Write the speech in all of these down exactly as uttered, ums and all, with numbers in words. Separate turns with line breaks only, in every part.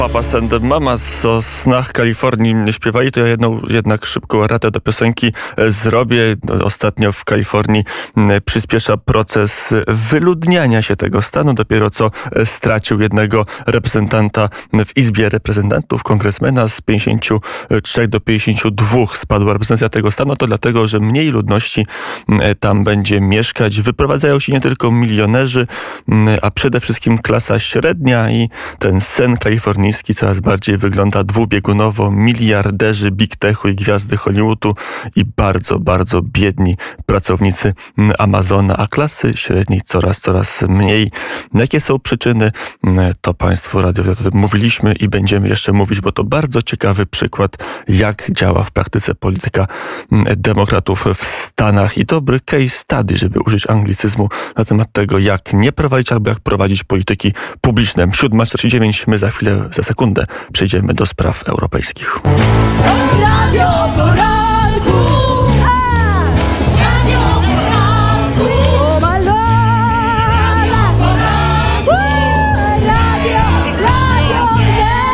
Papas and the Mamas o snach Kalifornii śpiewali, to ja jedną jednak szybką radę do piosenki zrobię. Ostatnio w Kalifornii przyspiesza proces wyludniania się tego stanu. Dopiero co stracił jednego reprezentanta w Izbie Reprezentantów, kongresmena. Z pięćdziesięciu trzech do pięćdziesięciu dwóch spadła reprezentacja tego stanu. To dlatego, że mniej ludności tam będzie mieszkać. Wyprowadzają się nie tylko milionerzy, a przede wszystkim klasa średnia i ten sen kalifornijski coraz bardziej wygląda dwubiegunowo. Miliarderzy Big Techu i gwiazdy Hollywoodu i bardzo, bardzo biedni pracownicy Amazona, a klasy średniej coraz, coraz mniej. Jakie są przyczyny? To Państwu Radio o tym mówiliśmy i będziemy jeszcze mówić, bo to bardzo ciekawy przykład, jak działa w praktyce polityka demokratów w Stanach i dobry case study, żeby użyć anglicyzmu, na temat tego, jak nie prowadzić albo jak prowadzić polityki publiczne. siódma czterdzieści dziewięć, my za chwilę, za sekundę przejdziemy do spraw europejskich.
Radio Poranku, a! Radio Poranku, o malora, poranku, radio, radio,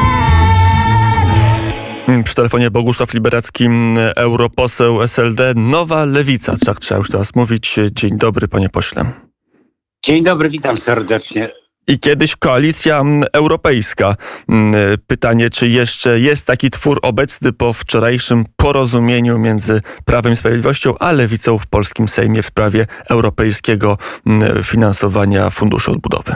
nie!
Przy telefonie Bogusław Liberacki, europoseł S L D, Nowa Lewica, tak trzeba już teraz mówić. Dzień dobry, panie pośle.
Dzień dobry, witam serdecznie.
I kiedyś Koalicja Europejska. Pytanie, czy jeszcze jest taki twór obecny po wczorajszym porozumieniu między Prawem i Sprawiedliwością a Lewicą w polskim Sejmie w sprawie europejskiego finansowania Funduszu Odbudowy?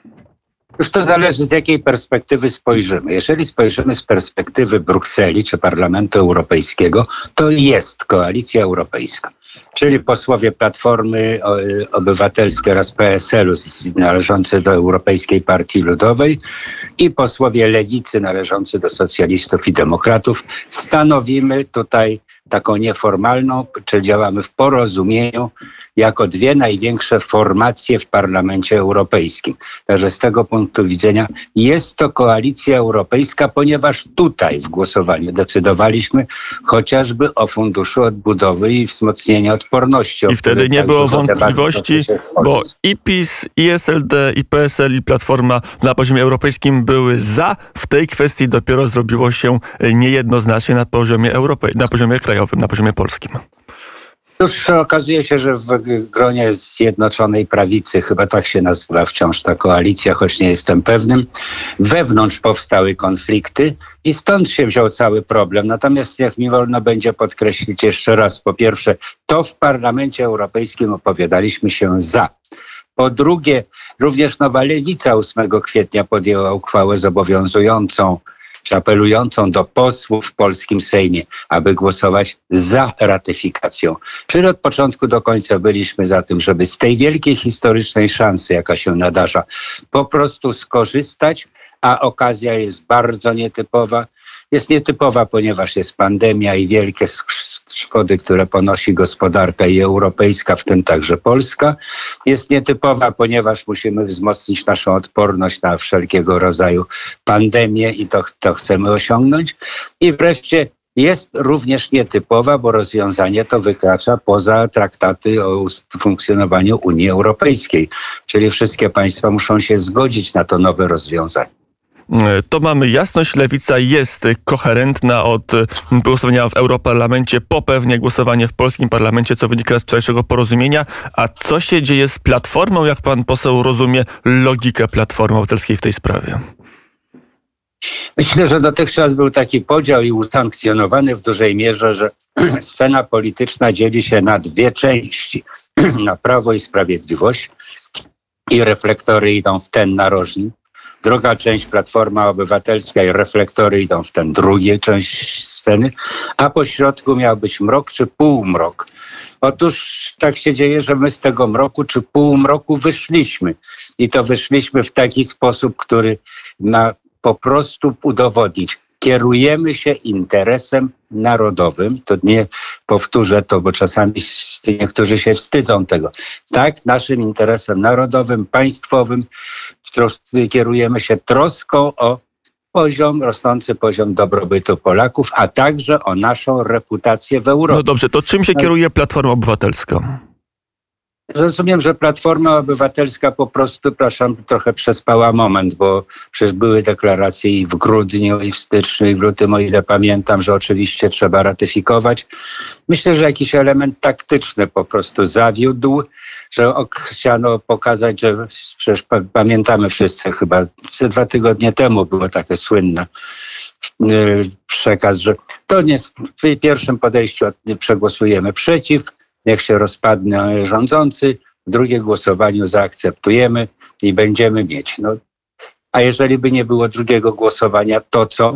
Już to zależy, z jakiej perspektywy spojrzymy. Jeżeli spojrzymy z perspektywy Brukseli czy Parlamentu Europejskiego, to jest Koalicja Europejska. Czyli posłowie Platformy Obywatelskiej oraz P S L u należący do Europejskiej Partii Ludowej i posłowie Lewicy należący do socjalistów i demokratów stanowimy tutaj taką nieformalną, czyli działamy w porozumieniu jako dwie największe formacje w Parlamencie Europejskim. Także z tego punktu widzenia jest to Koalicja Europejska, ponieważ tutaj w głosowaniu decydowaliśmy chociażby o Funduszu Odbudowy i wzmocnienia odporności.
I wtedy nie było wątpliwości, bo i PiS, i S L D, i P S L, i Platforma na poziomie europejskim były za. W tej kwestii dopiero zrobiło się niejednoznacznie na poziomie europejskim, na poziomie krajowym, na poziomie polskim.
Już okazuje się, że w gronie Zjednoczonej Prawicy, chyba tak się nazywa wciąż ta koalicja, choć nie jestem pewnym, wewnątrz powstały konflikty i stąd się wziął cały problem. Natomiast jak mi wolno będzie podkreślić jeszcze raz, po pierwsze, to w Parlamencie Europejskim opowiadaliśmy się za. Po drugie, również Nowa Lewica ósmego kwietnia podjęła uchwałę zobowiązującą czy apelującą do posłów w polskim Sejmie, aby głosować za ratyfikacją. Czyli od początku do końca byliśmy za tym, żeby z tej wielkiej historycznej szansy, jaka się nadarza, po prostu skorzystać, a okazja jest bardzo nietypowa. Jest nietypowa, ponieważ jest pandemia i wielkie szkody, które ponosi gospodarka i europejska, w tym także Polska. Jest nietypowa, ponieważ musimy wzmocnić naszą odporność na wszelkiego rodzaju pandemie i to, to chcemy osiągnąć. I wreszcie jest również nietypowa, bo rozwiązanie to wykracza poza traktaty o funkcjonowaniu Unii Europejskiej. Czyli wszystkie państwa muszą się zgodzić na to nowe rozwiązanie.
To mamy jasność. Lewica jest koherentna od głosowania w Europarlamencie po pewnie głosowanie w polskim parlamencie, co wynika z wczorajszego porozumienia. A co się dzieje z Platformą? Jak pan poseł rozumie logikę Platformy Obywatelskiej w tej sprawie?
Myślę, że dotychczas był taki podział i usankcjonowany w dużej mierze, że scena polityczna dzieli się na dwie części. Na Prawo i Sprawiedliwość i reflektory idą w ten narożnik. Druga część Platforma Obywatelska i reflektory idą w tę drugą część sceny, a po środku miał być mrok czy półmrok. Otóż tak się dzieje, że my z tego mroku czy półmroku wyszliśmy. I to wyszliśmy w taki sposób, który ma po prostu udowodnić. Kierujemy się interesem narodowym. To nie powtórzę to, bo czasami niektórzy się wstydzą tego. Tak, naszym interesem narodowym, państwowym kierujemy się troską o poziom, rosnący poziom dobrobytu Polaków, a także o naszą reputację w Europie.
No dobrze, to czym się kieruje Platforma Obywatelska?
Rozumiem, że Platforma Obywatelska po prostu, przepraszam, trochę przespała moment, bo przecież były deklaracje i w grudniu, i w styczniu, i w lutym, o ile pamiętam, że oczywiście trzeba ratyfikować. Myślę, że jakiś element taktyczny po prostu zawiódł, że chciano pokazać, że przecież pamiętamy wszyscy chyba, ze dwa tygodnie temu było takie słynne przekaz, że to nie w pierwszym podejściu przegłosujemy przeciw, niech się rozpadnie rządzący, w drugim głosowaniu zaakceptujemy i będziemy mieć. No, a jeżeli by nie było drugiego głosowania, to co?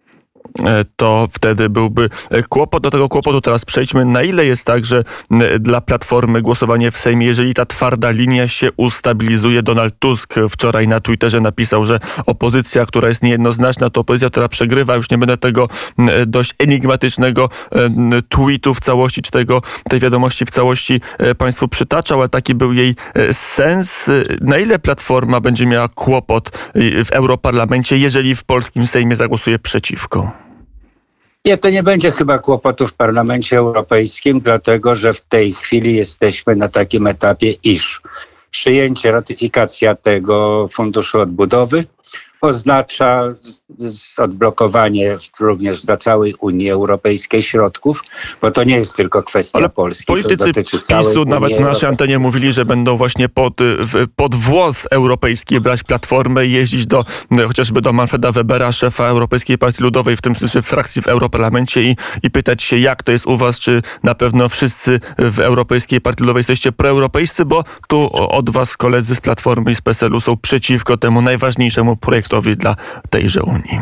To wtedy byłby kłopot. Do tego kłopotu teraz przejdźmy. Na ile jest tak, że dla Platformy głosowanie w Sejmie, jeżeli ta twarda linia się ustabilizuje? Donald Tusk wczoraj na Twitterze napisał, że opozycja, która jest niejednoznaczna, to opozycja, która przegrywa. Już nie będę tego dość enigmatycznego tweetu w całości, czy tego, tej wiadomości w całości państwu przytaczał, ale taki był jej sens. Na ile Platforma będzie miała kłopot w Europarlamencie, jeżeli w polskim Sejmie zagłosuje przeciwko?
Nie, to nie będzie chyba kłopotu w Parlamencie Europejskim, dlatego że w tej chwili jesteśmy na takim etapie, iż przyjęcie, ratyfikacja tego Funduszu Odbudowy oznacza odblokowanie również dla całej Unii Europejskiej środków, bo to nie jest tylko kwestia
Ale
Polski.
Politycy PiSu nawet na naszej antenie mówili, że będą właśnie pod, pod włos europejski brać Platformę i jeździć do, chociażby do Manfreda Webera, szefa Europejskiej Partii Ludowej, w tym sensie frakcji w Europarlamencie i, i pytać się, jak to jest u was, czy na pewno wszyscy w Europejskiej Partii Ludowej jesteście proeuropejscy, bo tu od was koledzy z Platformy i z P S L-u są przeciwko temu najważniejszemu projektowi dla tejże Unii.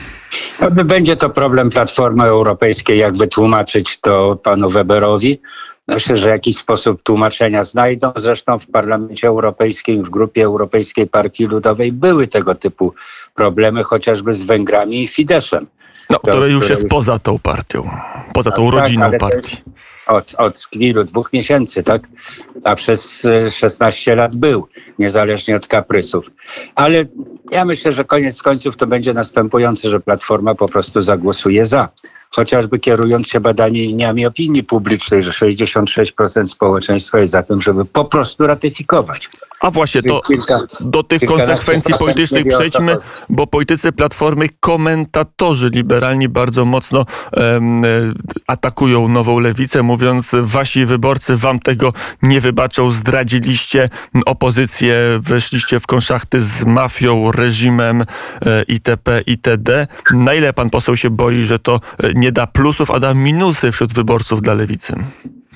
Będzie to problem Platformy Europejskiej, jak wytłumaczyć to panu Weberowi. Myślę, że jakiś sposób tłumaczenia znajdą. Zresztą w Parlamencie Europejskim, w grupie Europejskiej Partii Ludowej były tego typu problemy, chociażby z Węgrami i Fideszem.
No, który już jest poza tą partią, poza tą
tak,
rodziną partii.
Od, od ilu? Dwóch miesięcy, tak? A przez szesnaście lat był, niezależnie od kaprysów. Ale ja myślę, że koniec końców to będzie następujące, że Platforma po prostu zagłosuje za. Chociażby kierując się badaniami opinii publicznej, że sześćdziesiąt sześć procent społeczeństwa jest za tym, żeby po prostu ratyfikować.
A właśnie, to kilka, do tych konsekwencji politycznych przejdźmy, bo politycy Platformy, komentatorzy liberalni bardzo mocno um, atakują Nową Lewicę, mówiąc, wasi wyborcy wam tego nie wybaczą, zdradziliście opozycję, weszliście w konszachty z mafią, reżimem itp. itd. Na ile pan poseł się boi, że to nie da plusów, a da minusy wśród wyborców dla Lewicy?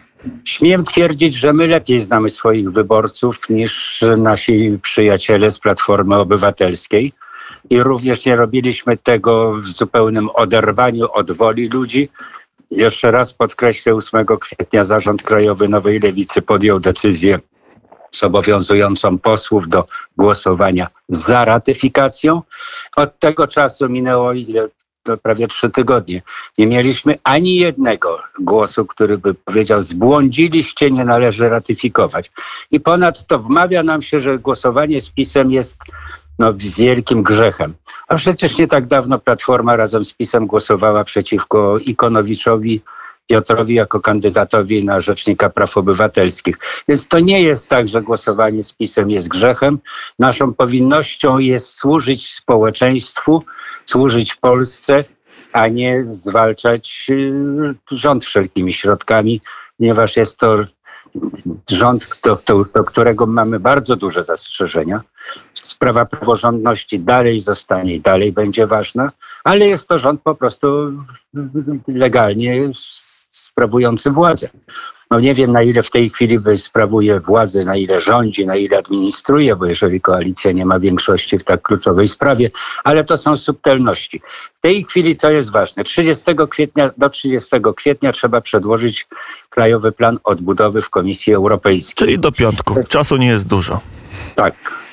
Śmiem twierdzić, że my lepiej znamy swoich wyborców niż nasi przyjaciele z Platformy Obywatelskiej i również nie robiliśmy tego w zupełnym oderwaniu od woli ludzi. Jeszcze raz podkreślę, ósmego kwietnia Zarząd Krajowy Nowej Lewicy podjął decyzję zobowiązującą posłów do głosowania za ratyfikacją. Od tego czasu minęło ile? Prawie trzy tygodnie. Nie mieliśmy ani jednego głosu, który by powiedział, zbłądziliście, nie należy ratyfikować. I ponadto wmawia nam się, że głosowanie z PiS-em jest no, wielkim grzechem. A przecież nie tak dawno Platforma razem z PiS-em głosowała przeciwko Ikonowiczowi Piotrowi jako kandydatowi na Rzecznika Praw Obywatelskich. Więc to nie jest tak, że głosowanie z PiS-em jest grzechem. Naszą powinnością jest służyć społeczeństwu, służyć Polsce, a nie zwalczać rząd wszelkimi środkami, ponieważ jest to rząd, do, do, do którego mamy bardzo duże zastrzeżenia. Sprawa praworządności dalej zostanie i dalej będzie ważna, ale jest to rząd po prostu legalnie sprawujący władzę. No nie wiem, na ile w tej chwili sprawuje władzę, na ile rządzi, na ile administruje, bo jeżeli koalicja nie ma większości w tak kluczowej sprawie, ale to są subtelności. W tej chwili to jest ważne. trzydziestego kwietnia, do trzydziestego kwietnia trzeba przedłożyć Krajowy Plan Odbudowy w Komisji Europejskiej.
Czyli do piątku. Czasu nie jest dużo.
Tak.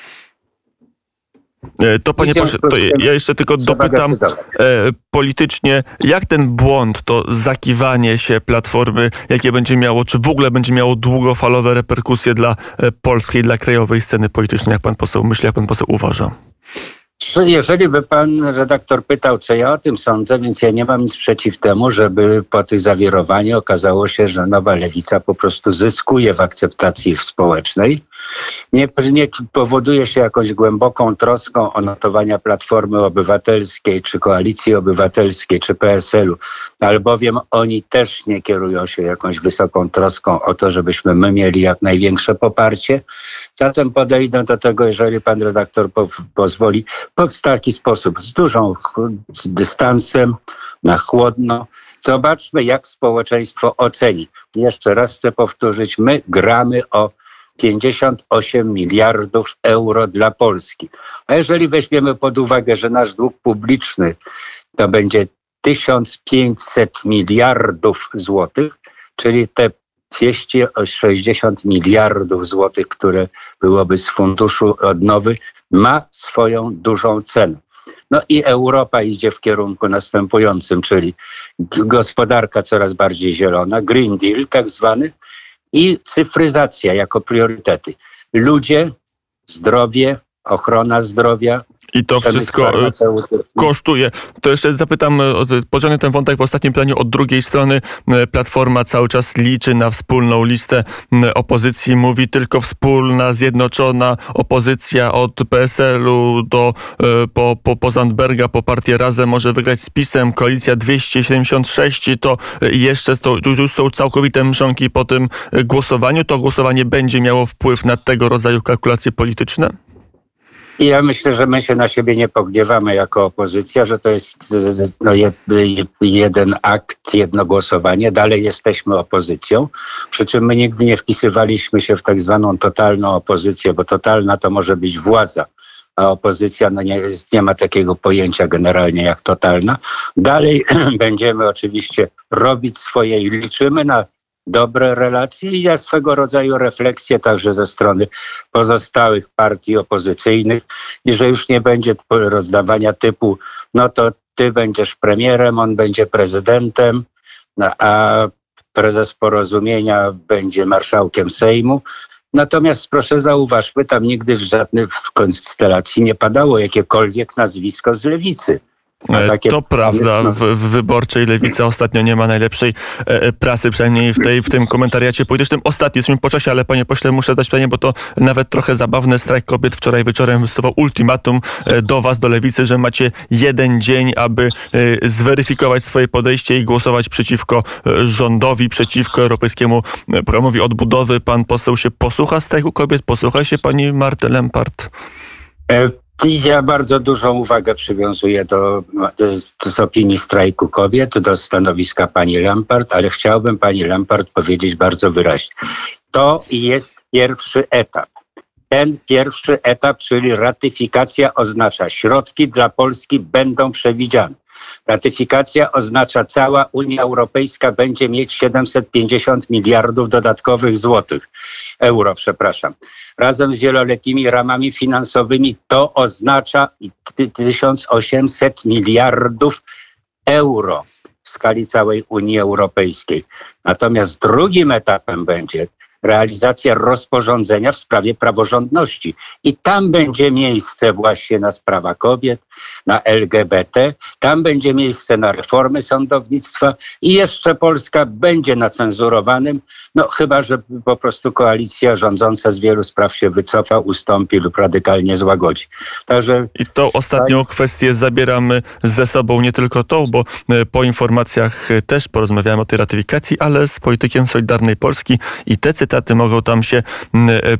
To panie pośle, to ja jeszcze tylko dopytam e, politycznie, jak ten błąd, to zakiwanie się Platformy, jakie będzie miało, czy w ogóle będzie miało długofalowe reperkusje dla e, polskiej, dla krajowej sceny politycznej, jak pan poseł myśli, jak pan poseł uważa?
Jeżeli by pan redaktor pytał, co ja o tym sądzę, więc ja nie mam nic przeciw temu, żeby po tych zawirowaniach okazało się, że nowa lewica po prostu zyskuje w akceptacji społecznej. Nie, nie powoduje się jakąś głęboką troską o notowania Platformy Obywatelskiej, czy Koalicji Obywatelskiej, czy P S L u, albowiem oni też nie kierują się jakąś wysoką troską o to, żebyśmy my mieli jak największe poparcie. Zatem podejdę do tego, jeżeli pan redaktor po, pozwoli, w taki sposób, z dużą z dystansem, na chłodno. Zobaczmy, jak społeczeństwo oceni. Jeszcze raz chcę powtórzyć, my gramy o pięćdziesiąt osiem miliardów euro dla Polski. A jeżeli weźmiemy pod uwagę, że nasz dług publiczny to będzie tysiąc pięćset miliardów złotych, czyli te dwieście sześćdziesiąt miliardów złotych, które byłoby z funduszu odnowy, ma swoją dużą cenę. No i Europa idzie w kierunku następującym, czyli gospodarka coraz bardziej zielona, Green Deal tak zwany, i cyfryzacja jako priorytety. Ludzie, zdrowie, ochrona zdrowia.
I to wszystko kosztuje. To jeszcze zapytam, pociągnę ten wątek w ostatnim planie od drugiej strony. Platforma cały czas liczy na wspólną listę opozycji. Mówi tylko wspólna, zjednoczona opozycja od P S L u do, po, po, po Zandberga, po partię Razem może wygrać z PiS-em. Koalicja dwieście siedemdziesiąt sześć to jeszcze to, już są całkowite mrzonki po tym głosowaniu. To głosowanie będzie miało wpływ na tego rodzaju kalkulacje polityczne?
I ja myślę, że my się na siebie nie pogniewamy jako opozycja, że to jest no, jeden akt, jedno głosowanie. Dalej jesteśmy opozycją, przy czym my nigdy nie wpisywaliśmy się w tak zwaną totalną opozycję, bo totalna to może być władza, a opozycja no nie, nie ma takiego pojęcia generalnie jak totalna. Dalej będziemy oczywiście robić swoje i liczymy na dobre relacje i ja swego rodzaju refleksję także ze strony pozostałych partii opozycyjnych i że już nie będzie rozdawania typu no to ty będziesz premierem, on będzie prezydentem, no, a prezes Porozumienia będzie marszałkiem Sejmu. Natomiast proszę zauważmy, tam nigdy w żadnej konstelacji nie padało jakiekolwiek nazwisko z lewicy.
To prawda, w, w wyborczej lewicy ostatnio nie ma najlepszej e, prasy, przynajmniej w, tej, w tym komentariacie politycznym. Ostatni jest mi po czasie, ale panie pośle, muszę dać pytanie, bo to nawet trochę zabawne. Strajk Kobiet wczoraj wieczorem wystosował ultimatum e, do was, do lewicy, że macie jeden dzień, aby e, zweryfikować swoje podejście i głosować przeciwko e, rządowi, przeciwko Europejskiemu Programowi Odbudowy. Pan poseł się posłucha Strajku Kobiet? Posłucha się pani Marty Lempart?
E- Ja bardzo dużą uwagę przywiązuję do, do, do opinii Strajku Kobiet, do stanowiska pani Lempart, ale chciałbym pani Lempart powiedzieć bardzo wyraźnie. To jest pierwszy etap. Ten pierwszy etap, czyli ratyfikacja, oznacza środki dla Polski będą przewidziane. Ratyfikacja oznacza, cała Unia Europejska będzie mieć siedemset pięćdziesiąt miliardów dodatkowych złotych, euro, przepraszam. Razem z wieloletnimi ramami finansowymi to oznacza tysiąc osiemset miliardów euro w skali całej Unii Europejskiej. Natomiast drugim etapem będzie realizacja rozporządzenia w sprawie praworządności. I tam będzie miejsce właśnie na sprawa kobiet, na L G B T, tam będzie miejsce na reformy sądownictwa i jeszcze Polska będzie na cenzurowanym, no chyba że po prostu koalicja rządząca z wielu spraw się wycofa, ustąpi lub radykalnie złagodzi. Także
I tą ostatnią tak. kwestię zabieramy ze sobą, nie tylko tą, bo po informacjach też porozmawiałem o tej ratyfikacji, ale z politykiem Solidarnej Polski i te cytaty mogą tam się